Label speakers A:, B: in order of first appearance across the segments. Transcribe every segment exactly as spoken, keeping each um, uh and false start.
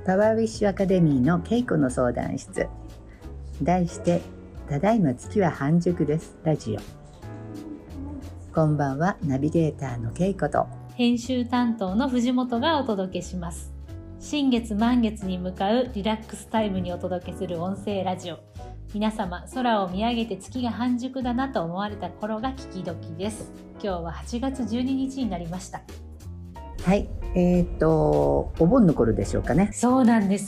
A: パワーウィッシュアカデミーのけいこの相談室、題してただいま月は半熟ですラジオ。こんばんは、ナビゲーターのけいこと
B: 編集担当の藤本がお届けします。新月満月に向かうリラックスタイムにお届けする音声ラジオ。皆様、空を見上げて月が半熟だなと思われた頃が聞き時です。今日ははちがつじゅうににちになりました。
A: はい、えー、っとお盆の頃でしょうかね。
B: そうなんです。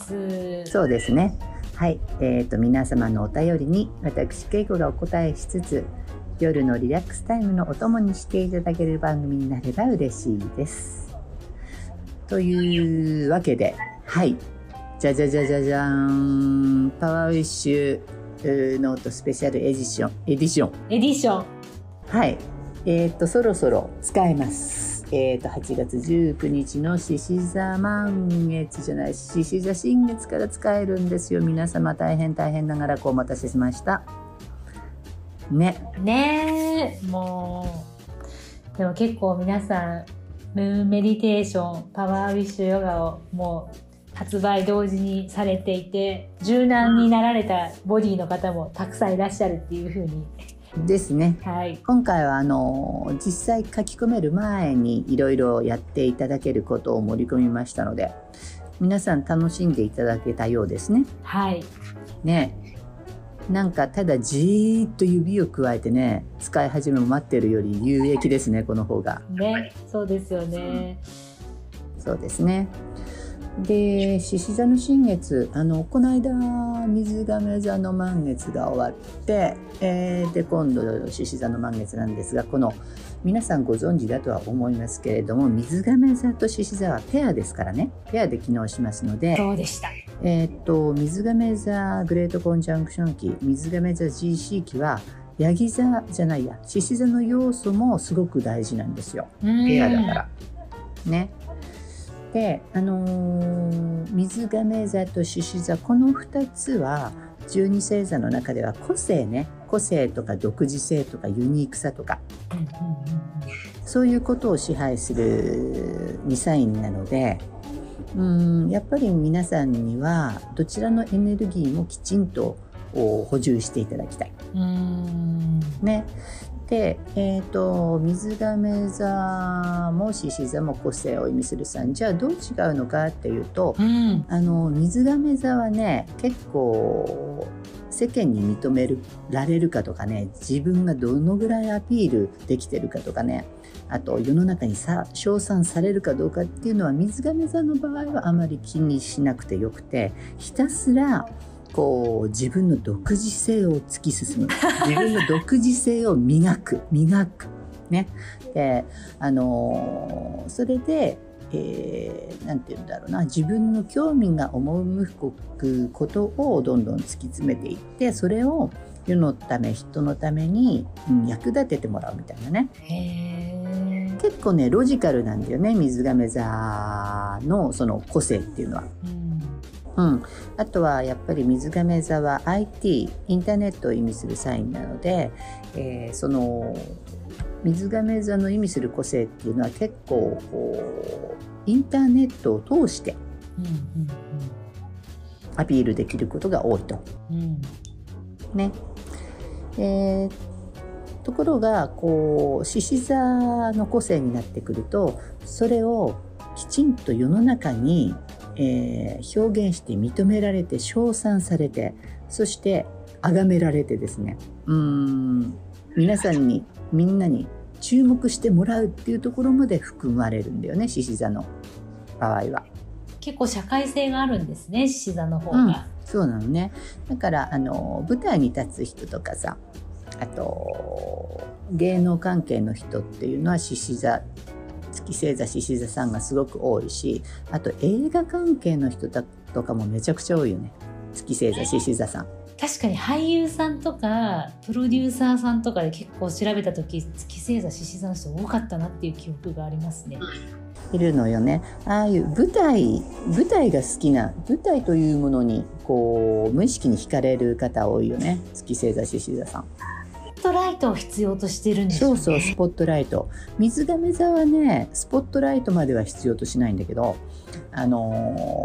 A: そうですね。はい、えー、っと皆様のお便りに私けいこがお答えしつつ、夜のリラックスタイムのお供にしていただける番組になれば嬉しいです。というわけで、はい、じゃじゃじゃじゃじゃーん、パワーウィッシュノートスペシャルエディションエディション
B: エディション
A: はい、えー、っとそろそろ使えます。えー、とはちがつじゅうくにちの獅子座満月じゃない獅子座新月から使えるんですよ。皆様大変大変ながらお待たせしましたね。
B: ねえ、もうでも結構皆さんムーンメディテーション、パワーウィッシュヨガをもう発売同時にされていて、柔軟になられたボディの方もたくさんいらっしゃるっていう風に
A: ですね、
B: はい、
A: 今回はあの実際書き込める前にいろいろやっていただけることを盛り込みましたので、皆さん楽しんでいただけたようですね。
B: はい
A: ね、なんかただじーっと指をくわえてね使い始めを待ってるより有益ですね、この方が
B: ね。そうですよね、
A: うん、そうですね。で、獅子座の新月、あのこの間水亀座の満月が終わって、えー、で今度獅子座の満月なんですが、この皆さんご存知だとは思いますけれども、水亀座と獅子座はペアですからね、ペアで機能しますので、
B: そうでした。
A: えー、っと水亀座グレートコンジャンクション期、水亀座 ジーシー 期はヤギ座じゃないや獅子座の要素もすごく大事なんですよ、ペアだからね。で、あのー、水亀座と獅子座、このふたつはじゅうに星座の中では個性ね、個性とか独自性とかユニークさとか、うんうんうん、そういうことを支配するにサインなので、うーんやっぱり皆さんにはどちらのエネルギーもきちんと補充していただきたい、うーんね。で、えーと、水亀座も獅子座も個性を意味するさん、じゃあどう違うのかっていうと、うん、あの水亀座はね、結構世間に認められるかとかね、自分がどのぐらいアピールできてるかとかね、あと世の中にさ称賛されるかどうかっていうのは水亀座の場合はあまり気にしなくてよくて、ひたすらこう自分の独自性を突き進む、自分の独自性を磨く磨くね。で、あのー、それで、えー、なんて言うんだろうな、自分の興味が赴くことをどんどん突き詰めていって、それを世のため人のために、うん、役立ててもらうみたいなね。へー、結構ねロジカルなんだよね、水亀座のその個性っていうのは。うん、あとはやっぱり水亀座は アイティー インターネットを意味するサインなので、えー、その水亀座の意味する個性っていうのは結構こうインターネットを通してアピールできることが多いと、うんね。えー、ところがこう獅子座の個性になってくると、それをきちんと世の中にえー、表現して認められて称賛されて、そして崇められてですね、うーん皆さんにみんなに注目してもらうっていうところまで含まれるんだよね、獅子座の場合は。
B: 結構社会性があるんですね、獅子座の方が、
A: うん、そうなのね。だからあの舞台に立つ人とかさ、あと芸能関係の人っていうのは獅子座、月星座獅子座さんがすごく多いし、あと映画関係の人とかもめちゃくちゃ多いよね、月星座獅子座さん。
B: 確かに俳優さんとかプロデューサーさんとかで結構調べた時、月星座獅子座の人多かったなっていう記憶がありますね。
A: いるのよね。ああいう舞台舞台が好きな、舞台というものにこう無意識に惹かれる方多いよね、月星座獅子座さん。
B: スポットライトを必要としてるんですよね。
A: そうそう、スポットライト。水亀座はねスポットライトまでは必要としないんだけど、あの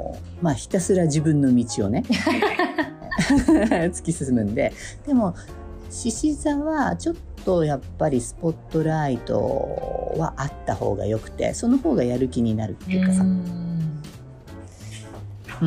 A: のまあひたすら自分の道をね突き進むんで、でも獅子座はちょっとやっぱりスポットライトはあった方がよくて、その方がやる気になるっていうかさ、うんうん、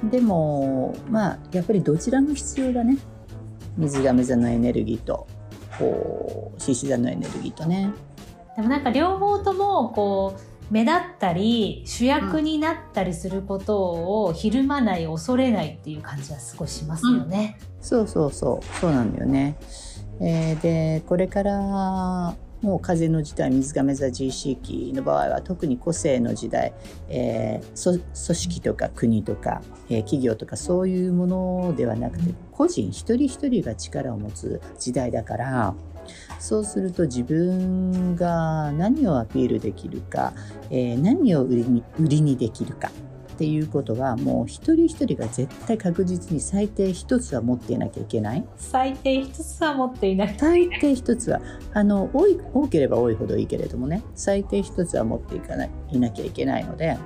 A: でもまあやっぱりどちらも必要だね。水亀座のエネルギーとこう獅子座のエネルギーとね。
B: でもなんか両方ともこう目立ったり主役になったりすることをひるまない、恐れないっていう感じはすごいしますよね、
A: うん、そうそうそうそうなんだよね、えー、でこれからもう風の時代、水亀座 ジーシー 期の場合は特に個性の時代、えー、組織とか国とか、えー、企業とかそういうものではなくて、個人一人一人が力を持つ時代だから、そうすると自分が何をアピールできるか、えー、何を売りに、売りにできるかっていうことはもう一人一人が絶対確実に最低一つは持っていなきゃいけない。
B: 最低一つは持っていない。
A: 最低一つはあの 多い、多ければ多いほどいいけれどもね、最低一つは持っていかない、いなきゃいけないので、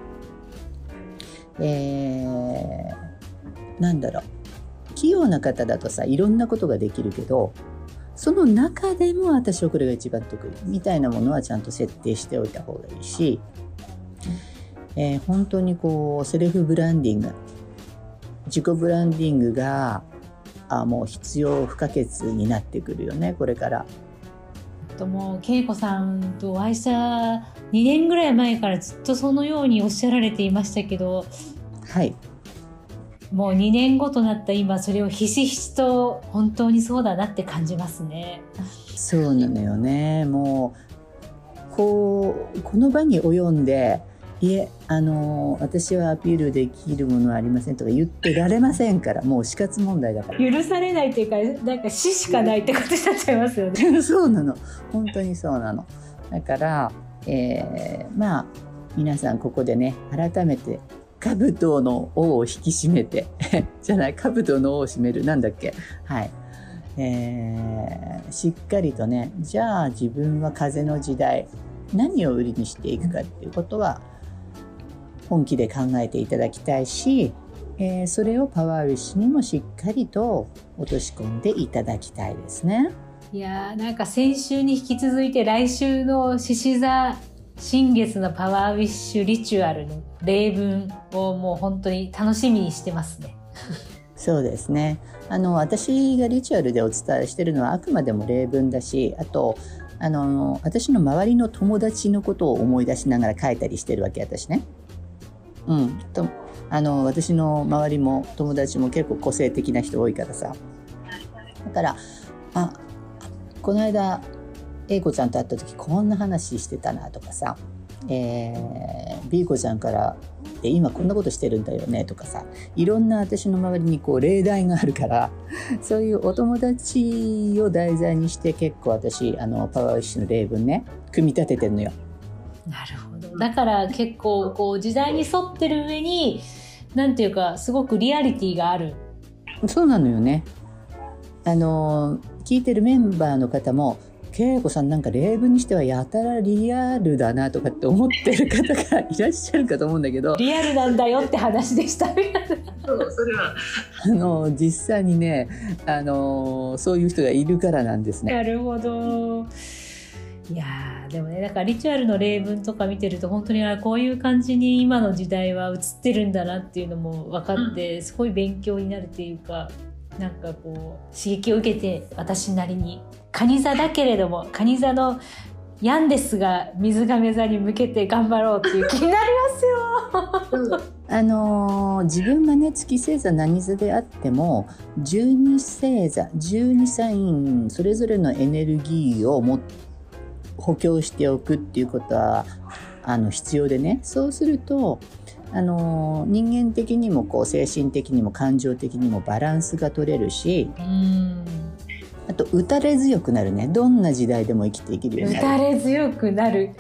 A: えー、なんだろう、器用な方だとさいろんなことができるけど、その中でも私はこれが一番得意みたいなものはちゃんと設定しておいた方がいいし、えー、本当にこうセルフブランディング、自己ブランディングがあもう必要不可欠になってくるよね、これから。
B: ともう恵子さんとお会いしたにねんぐらい前からずっとそのようにおっしゃられていましたけど、
A: はい、
B: もうにねんごとなった今それをひしひしと本当にそうだなって感じますね。
A: そうなのよね。もうこうこの場に及んで、いえあの私はアピールできるものはありませんとか言ってられませんから、もう死活問題だから
B: 許されないというか、なんか死しかないってことになっちゃいますよね
A: そうなの、本当にそうなの。だから、えー、まあ皆さんここでね改めて兜の尾を引き締めてじゃない、兜の尾を締める、なんだっけ、はい、えー、しっかりとね、じゃあ自分は風の時代何を売りにしていくかっていうことは本気で考えていただきたいし、えー、それをパワーウィッシュにもしっかりと落とし込んでいただきたいですね。
B: いやー、なんか先週に引き続いて来週の獅子座新月のパワーウィッシュリチュアルの例文をもう本当に楽しみにしてますね
A: そうですね、あの私がリチュアルでお伝えしているのはあくまでも例文だし、あとあの私の周りの友達のことを思い出しながら書いたりしてるわけ、私ね。うん、とあの私の周りも友達も結構個性的な人多いからさ、だからあこの間A子ちゃんと会った時こんな話してたなとかさ、えー、B 子ちゃんからで今こんなことしてるんだよねとかさ、いろんな私の周りにこう例題があるから、そういうお友達を題材にして結構私あのパワーウィッシュの例文ね組み立ててるのよ。
B: なるほど。だから結構こう時代に沿ってる上になんていうかすごくリアリティがある。
A: そうなのよね。あの聞いてるメンバーの方も恵子さんなんか例文にしてはやたらリアルだなとかって思ってる方がいらっしゃるかと思うんだけど、
B: リアルなんだよって話でした
A: そうそれはあの実際にねあのそういう人がいるからなんですね。
B: なるほど。いやでもね、だからリチュアルの例文とか見てると本当にあこういう感じに今の時代は映ってるんだなっていうのも分かって、うん、すごい勉強になるっていうか、なんかこう刺激を受けて私なりに蟹座だけれども蟹座のヤンですが水亀座に向けて頑張ろうっていう気になりますよ
A: あのー、自分がね月星座何座であってもじゅうに星座じゅうにサインそれぞれのエネルギーをも補強しておくっていうことはあの必要でね、そうするとあの人間的にもこう精神的にも感情的にもバランスが取れるし、うーんあと打たれ強くなるね。どんな時代でも生きていけるようになる。
B: 打たれ強くなる。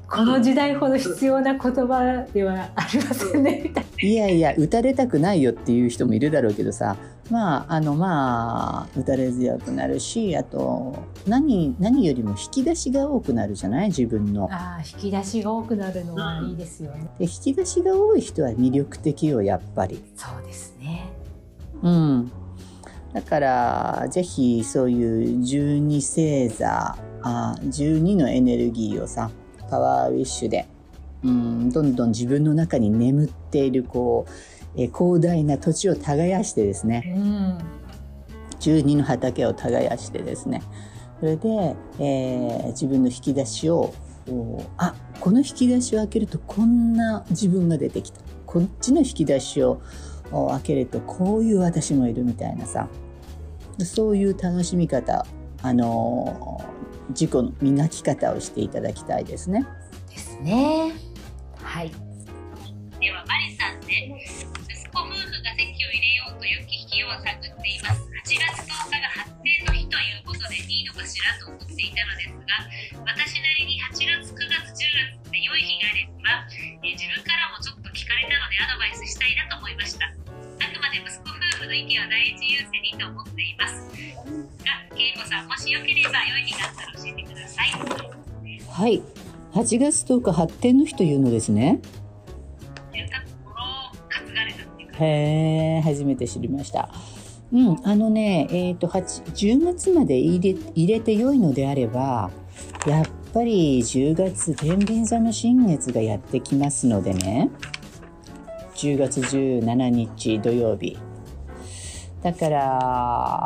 B: この時代ほど必要な言葉ではありませんねみたいな。
A: いやいや打たれたくないよっていう人もいるだろうけどさ、まああのまあ打たれ強くなるし、あと何何よりも引き出しが多くなるじゃない、自分の。
B: ああ、引き出しが多くなるのはいいですよね。
A: で引き出しが多い人は魅力的よ、やっぱり。
B: そうですね。
A: うん。だからぜひそういうじゅうに星座、あじゅうにのエネルギーをさ、パワーウィッシュで、うん、どんどん自分の中に眠っているこう、え広大な土地を耕してですね、うん、じゅうにの畑を耕してですね、それで、えー、自分の引き出しを、あ、この引き出しを開けるとこんな自分が出てきた、こっちの引き出しを開けるとこういう私もいるみたいなさ、そういう楽しみ方、あのー、自己の磨き方をしていただきたいですね。
B: ですね。はい。
C: ではマリさんね、息子夫婦が籍を入れようと良き引きようを探っています。はちがつとおかが発展の日ということでいいのかしらと思っていたのですが、私なりにはちがつ、くがつ、じゅうがつって良い日があれば、えー、自分からもちょっと聞かれたのでアドバイスしたいなと思いました。あくまで息子夫婦の意見は第一優先にと思っていますが、恵子さんもしよければ良い日があったら教えてください。
A: はい、はちがつとおか発展の日というのですね。へー、初めて知りました。うん、あのね、えーと、じゅうがつまで入れ、入れて良いのであれば、やっぱりじゅうがつ天秤座の新月がやってきますのでね、じゅうがつじゅうしちにち土曜日だから、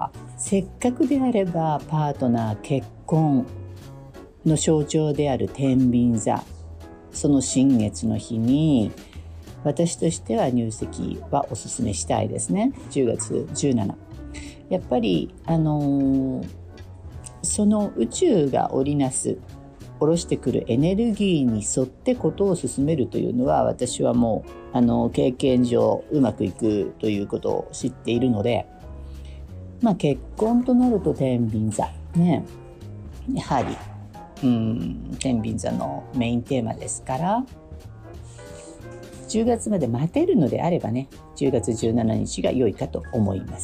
A: せっかくであればパートナー、結婚の象徴である天秤座、その新月の日に私としては入籍はお勧めしたいですね。じゅうがつじゅうしちにち、やっぱりあのー、その宇宙が織りなす下ろしてくるエネルギーに沿ってことを進めるというのは、私はもうあの経験上うまくいくということを知っているので、まあ結婚となると天秤座ね、やはりうん天秤座のメインテーマですから、じゅうがつまで待てるのであればね、じゅうがつじゅうしちにちが良いかと思います。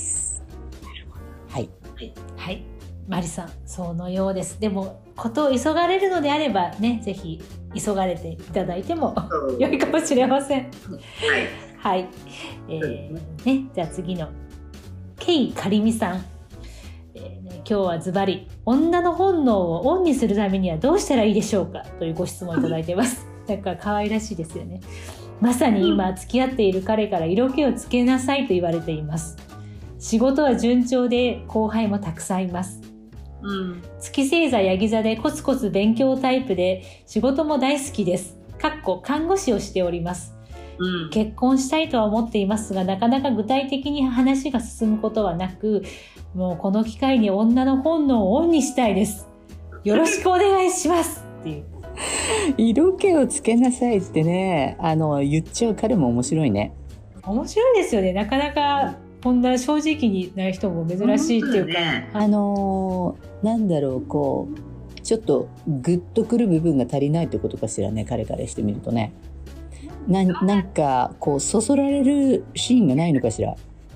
A: はい。
B: はい。マリさん、そのようです。でも、ことを急がれるのであればね、ぜひ急がれていただいても良いかもしれません。はい。はい。えー、ね、じゃあ次の、ケイカリミさん。えーね、今日はズバリ、女の本能をオンにするためにはどうしたらいいでしょうかというご質問をいただいています。なんか可愛らしいですよね。まさに今付き合っている彼から色気をつけなさいと言われています。仕事は順調で後輩もたくさんいます。うん、月星座ヤギ座でコツコツ勉強タイプで仕事も大好きです。かっこ看護師をしております。うん、結婚したいとは思っていますが、なかなか具体的に話が進むことはなく、もうこの機会に女の本能をオンにしたいです。よろしくお願いしますっていう。
A: 色気をつけなさいってね、あの言っちゃう彼も面白いね。
B: 面白いですよね。なかなかこんな正直にな人も珍しいっていうか、ね、
A: あのなんだろう、こうちょっとグッとくる部分が足りないってことかしらね、彼からしてみるとね。な, なんかこうそそられるシーンがないのかしら。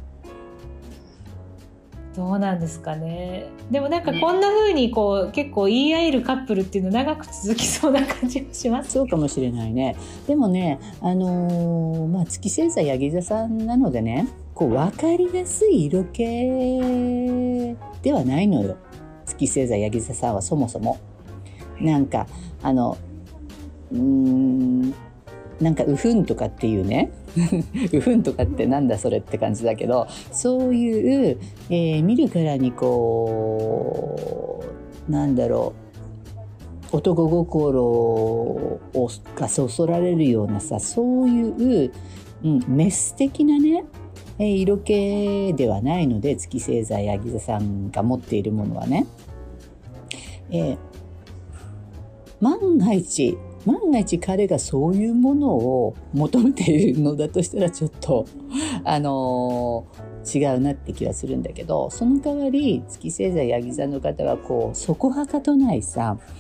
B: どうなんですかね。でもなんかこんな風にこう、ね、結構言い合えるカップルっていうの長く続きそうな感じもします。
A: そうかもしれないね。でもね、あのー、まあ月星座ヤギ座さんなのでね、こう分かりやすい色気ではないのよ。月星座ヤギ座さんはそもそもなんかあのうーんなんかウフンとかっていうねウフンとかってなんだそれって感じだけど、そういう、えー、見るからにこうなんだろう、男心をがそそられるようなさ、そういう、うん、メス的なね、えー、色気ではないので、月星座ヤギ座さんが持っているものはね、えー、万が一万が一彼がそういうものを求めているのだとしたらちょっとあのー、違うなって気はするんだけど、その代わり月星座ヤギ座の方はこうそこはかとないさ、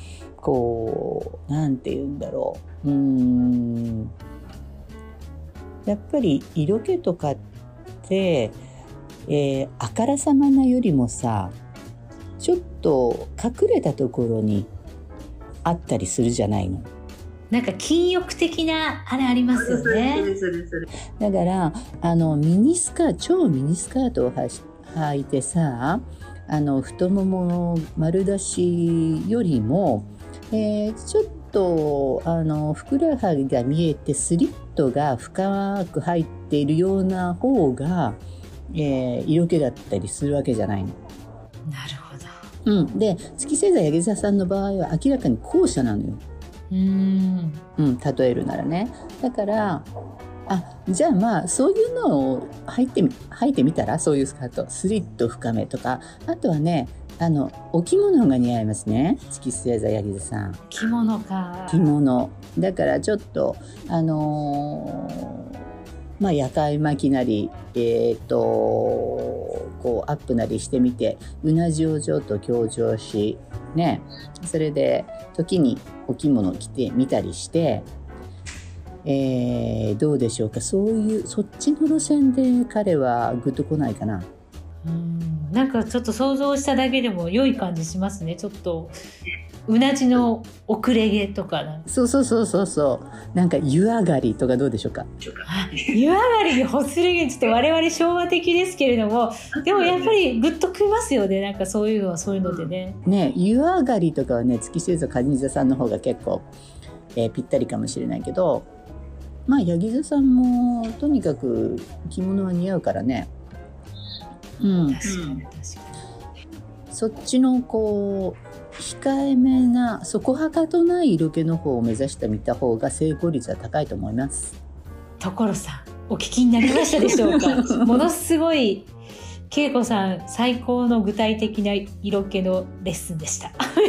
A: こうなんて言うんだろう、うーんやっぱり色気とかって、えー、あからさまなよりもさ、ちょっと隠れたところにあったりするじゃないの。
B: なんか禁欲的なあれありますよね。
A: だからあのミニスカー超ミニスカートを履いてさ、あの太ももの丸出しよりも、えー、ちょっとあのふくらはぎが見えてスリットが深く入っているような方が、えー、色気だったりするわけじゃないの。
B: なるほど。
A: うん、で月星座柳沢さんの場合は明らかに後者なのよ。
B: うーん、
A: うん、例えるならね。だからあじゃあまあそういうのを履いてみ履いてみたら、そういうスカートスリット深めとか、あとはねあのお着物が似合いますね、月星座柳沢さん。
B: 着物か。
A: 着物だからちょっとあのー、まあ夜会巻きなりえっ、ー、とこうアップなりしてみて、うなじをちょっと強調しね、それで時にお着物着てみたりして、えー、どうでしょうか。そういうそっちの路線で彼はグッと来ないかな。
B: うん、なんかちょっと想像しただけでも良い感じしますね。ちょっとうなじの遅れ毛とかなんか、
A: そうそうそうそうそう、なんか湯上がりとかどうでしょうか。
B: 湯上がりにほつれ毛、ちょっと我々昭和的ですけれども、でもやっぱりグッときますよね。なんかそういうのはそういうのでね。
A: ね、湯上がりとかはね、月星座蟹座さんの方が結構、えー、ぴったりかもしれないけど、まあ柳座さんもとにかく着物は似合うからね。うん、
B: 確かに確かに。
A: そっちのこう控えめなそこはかとない色気の方を目指してみた方が成功率は高いと思います。
B: 所さん、お聞きになりましたでしょうか。ものすごい恵子さん最高の具体的な色気のレッスンでした。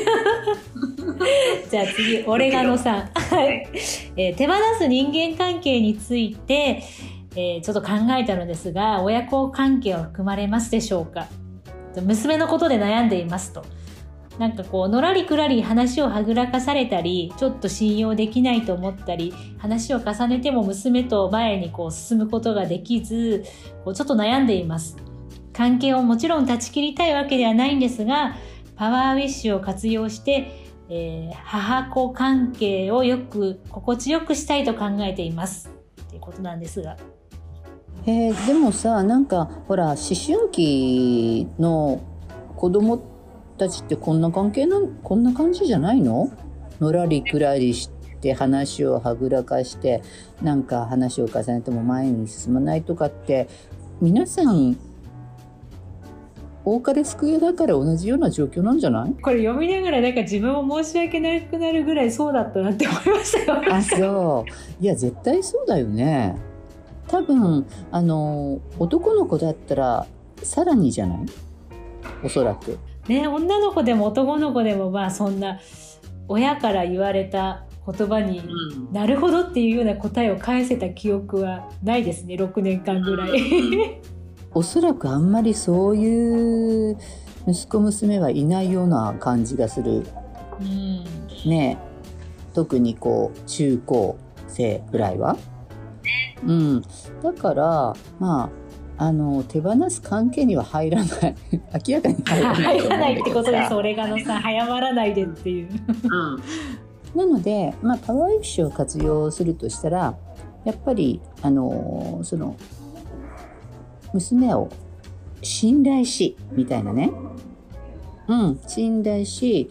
B: じゃあ次、オレガノさん、えー、手放す人間関係について、えー、ちょっと考えたのですが、親子関係は含まれますでしょうか。娘のことで悩んでいますと。なんかこうのらりくらり話をはぐらかされたり、ちょっと信用できないと思ったり、話を重ねても娘と前にこう進むことができず、こうちょっと悩んでいます。関係をもちろん断ち切りたいわけではないんですが、パワーウィッシュを活用して、えー、母子関係をよく心地よくしたいと考えていますということなんですが。
A: えー、でもさ、なんかほら思春期の子供たちってこんな関係なこんな感じじゃないの？のらりくらりして話をはぐらかして、なんか話を重ねても前に進まないとかって、皆さん多かれ少なかれ同じような状況なんじゃない？
B: これ読みながらなんか自分も申し訳なくなるぐらいそうだったなって思いましたよ。
A: あ、そう。いや絶対そうだよね。多分あの男の子だったらさらにじゃない？おそらく
B: ね、女の子でも男の子でも、まあそんな親から言われた言葉に、うん、なるほどっていうような答えを返せた記憶はないですね。ろくねんかんぐらい。
A: おそらくあんまりそういう息子娘はいないような感じがする、うん、ね。特にこう中高生ぐらいは、うん、だからまああの手放す関係には入らない明らかに入らない
B: 入らないってことです。オレガノさん早まらないでっていう、
A: うん、なので、まあ、パワーウィッシュを活用するとしたらやっぱりあのその娘を信頼しみたいなね、うん、信頼し、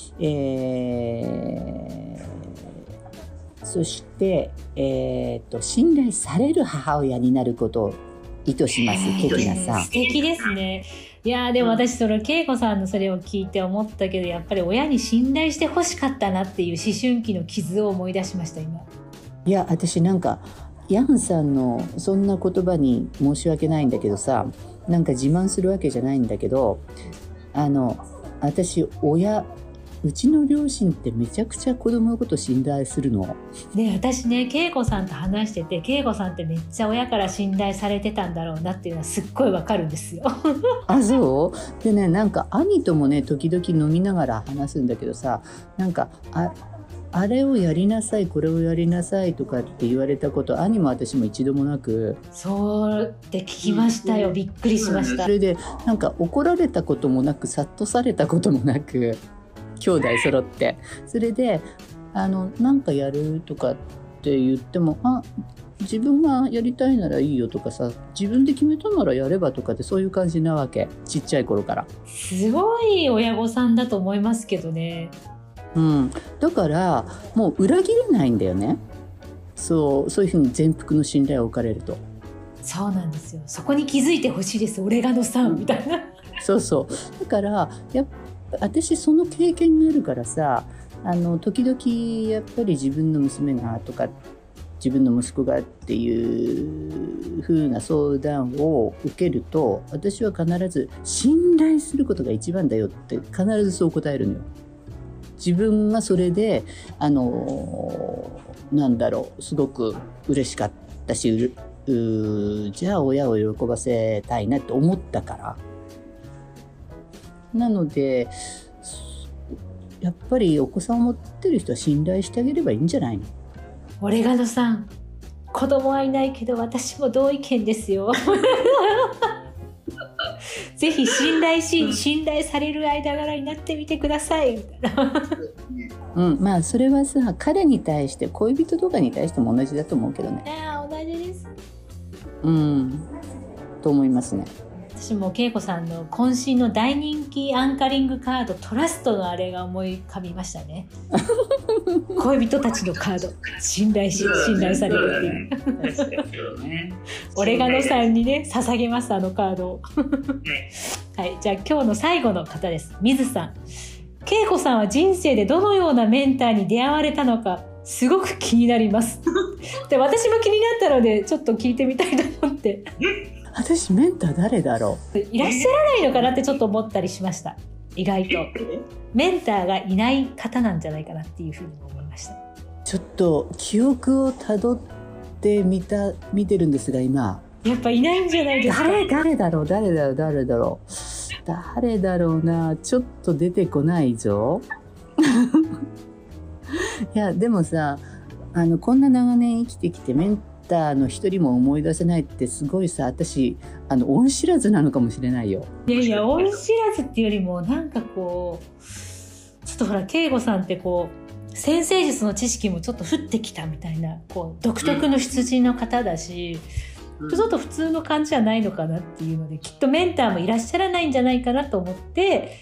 A: えー、そして、えー、と信頼される母親になることを意図します。ケテナさん、
B: 素敵ですね。いやでも私その恵子さんのそれを聞いて思ったけど、やっぱり親に信頼してほしかったなっていう思春期の傷を思い出しました今。
A: いや私なんかヤンさんのそんな言葉に申し訳ないんだけどさ、なんか自慢するわけじゃないんだけど、あの私親うちの両親ってめちゃくちゃ子供のこと信頼するの。
B: ね、私ね恵子さんと話してて、恵子さんってめっちゃ親から信頼されてたんだろうなっていうのはすっごいわかるんですよ。
A: あ、そうでね、なんか兄ともね時々飲みながら話すんだけどさ、なんかああれをやりなさいこれをやりなさいとかって言われたこと兄も私も一度もなく。
B: そうって聞きましたよ、びっくりしました。
A: それでなんか怒られたこともなくさっとされたこともなく、兄弟揃ってそれであのなんかやるとかって言っても、あ自分がやりたいならいいよとかさ、自分で決めたならやればとかってそういう感じなわけ、ちっちゃい頃から。
B: すごい親御さんだと思いますけどね。
A: うん、だからもう裏切れないんだよね。そう、そういうふうに全幅の信頼を置かれると。
B: そうなんですよ。そこに気づいてほしいです、オレガノさんみたいな。
A: そうそう。だからやっぱ私その経験があるからさ、あの時々やっぱり自分の娘がとか自分の息子がっていう風な相談を受けると、私は必ず信頼することが一番だよって必ずそう答えるのよ。自分がそれであのなんだろう、すごく嬉しかったし、うじゃあ親を喜ばせたいなって思ったから。なのでやっぱりお子さんを持ってる人は信頼してあげればいいんじゃないの。
B: オレガノさん、子供はいないけど私も同意見ですよ。ぜひ信頼し信頼される間柄になってみてくださいみたいな。
A: うん、まあそれはさ、彼に対して恋人とかに対しても同じだと思うけどね。
B: ああ、同じです。
A: うんと思いますね。
B: 私も恵子さんの渾身の大人気アンカリングカードトラストのあれが思い浮かびましたね。恋人たちのカード、信頼し信頼されるっていう。オレガノさんにね捧げます、あのカードを。はい、じゃあ今日の最後の方です。水さん。恵子さんは人生でどのようなメンターに出会われたのかすごく気になります。で、私も気になったのでちょっと聞いてみたいと思って。
A: 私メンター誰だろ
B: う。いらっしゃらないのかなってちょっと思ったりしました。意外とメンターがいない方なんじゃないかなっていうふうに思いました。
A: ちょっと記憶をたどってみた見てるんですが、今
B: やっぱいないんじゃないですか。
A: 誰誰だろう誰だろう誰だろう誰だろうな、ちょっと出てこないぞ。いやでもさ、あのこんな長年生きてきてメンターの一人も思い出せないってすごいさ、私あの恩知らずなのかもしれないよ。
B: いやいや、恩知らずっていうよりもなんかこうちょっとほら恵子さんってこう占星術の知識もちょっと降ってきたみたいな、こう独特の出自の方だし、うん、ちょっと普通の感じじゃないのかなっていうので、きっとメンターもいらっしゃらないんじゃないかなと思って、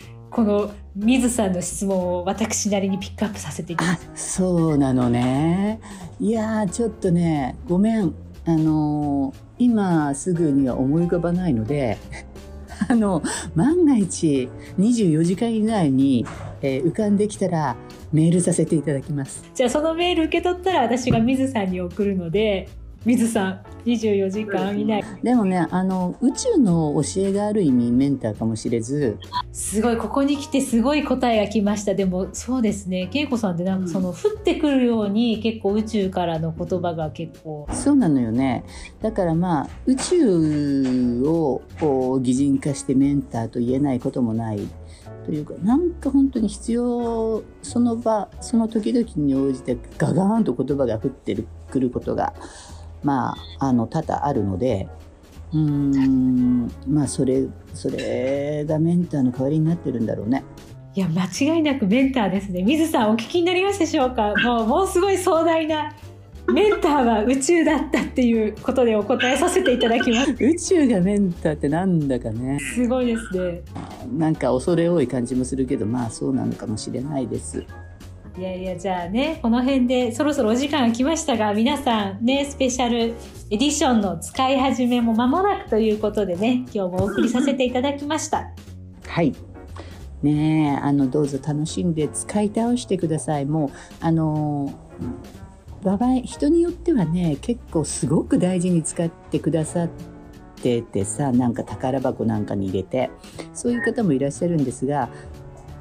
B: この水さんの質問を私なりにピックアップさせていただきます。
A: そうなのね。いやちょっとねごめん、あのー、今すぐには思い浮かばないのであの万が一にじゅうよじかん以内に、えー、浮かんできたらメールさせていただきます。
B: じゃあそのメール受け取ったら私が水さんに送るので、水さんにじゅうよじかん以内。
A: でもね、あの宇宙の教えがある意味メンターかもしれず。
B: すごい、ここに来てすごい答えが来ました。でもそうですね、恵子さんってなんかその、うん、降ってくるように結構宇宙からの言葉が結構。
A: そうなのよね。だからまあ宇宙をこう擬人化してメンターと言えないこともないというか、なんか本当に必要、その場その時々に応じてガガーンと言葉が降ってくることがまあ、あの多々あるので、うーん、まあそれそれがメンターの代わりになってるんだろうね。
B: いや間違いなくメンターですね。水さんお聞きになりますでしょうか。もうもうすごい壮大なメンターは宇宙だったっていうことでお答えさせていただきます。
A: 宇宙がメンターってなんだかね、
B: すごいですね。
A: なんか恐れ多い感じもするけど、まあそうなのかもしれないです。
B: いやいや、じゃあね、この辺でそろそろお時間が来ましたが、皆さんね、スペシャルエディションの使い始めも間もなくということでね、今日もお送りさせていただきました。
A: はいねえ、あのどうぞ楽しんで使い倒してください。もうあの場合人によってはね、結構すごく大事に使ってくださっててさ、なんか宝箱なんかに入れて、そういう方もいらっしゃるんですが、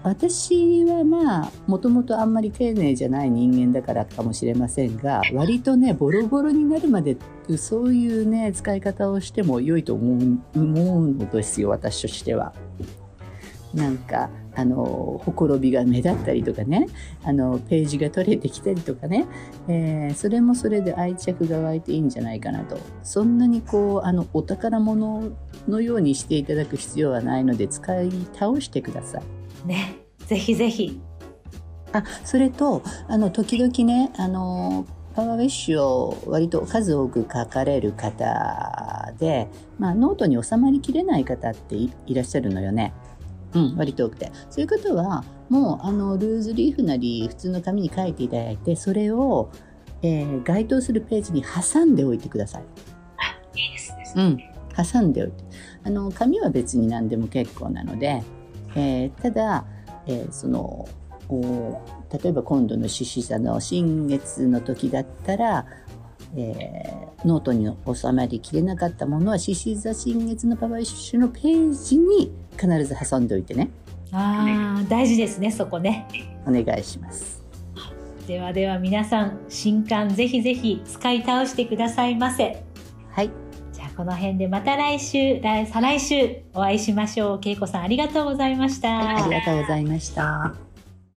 A: 私はまあもともとあんまり丁寧じゃない人間だからかもしれませんが、割とねボロボロになるまでそういうね使い方をしても良いと思う、思うのですよ、私としては。なんかあのほころびが目立ったりとかね、あのページが取れてきたりとかね、えー、それもそれで愛着が湧いていいんじゃないかなと。そんなにこうあのお宝物のようにしていただく必要はないので、使い倒してください
B: ね。ぜひぜひ。
A: あ、それとあの時々ね、あのパワーウェッシュを割と数多く書かれる方で、まあ、ノートに収まりきれない方って い, いらっしゃるのよね。うん、割と多くて、そういう方はもうあのルーズリーフなり普通の紙に書いていただいて、それを、えー、該当するページに挟んでおいてください。
C: あ、いいですね。
A: うん、挟んでおいて、あの紙は別に何でも結構なので、えー、ただ、えー、その例えば今度の獅子座の新月の時だったら、えー、ノートに収まりきれなかったものは獅子座新月のパワーウェッシュのページに必ず挟んでおいてね。
B: あー、大事ですね、そこね。
A: お願いします。
B: ではでは皆さん、新刊ぜひぜひ使い倒してくださいませ。
A: はい。
B: じゃあこの辺でまた来週、来再来週お会いしましょう。恵子さんありがとうございました。
A: ありがとうございました。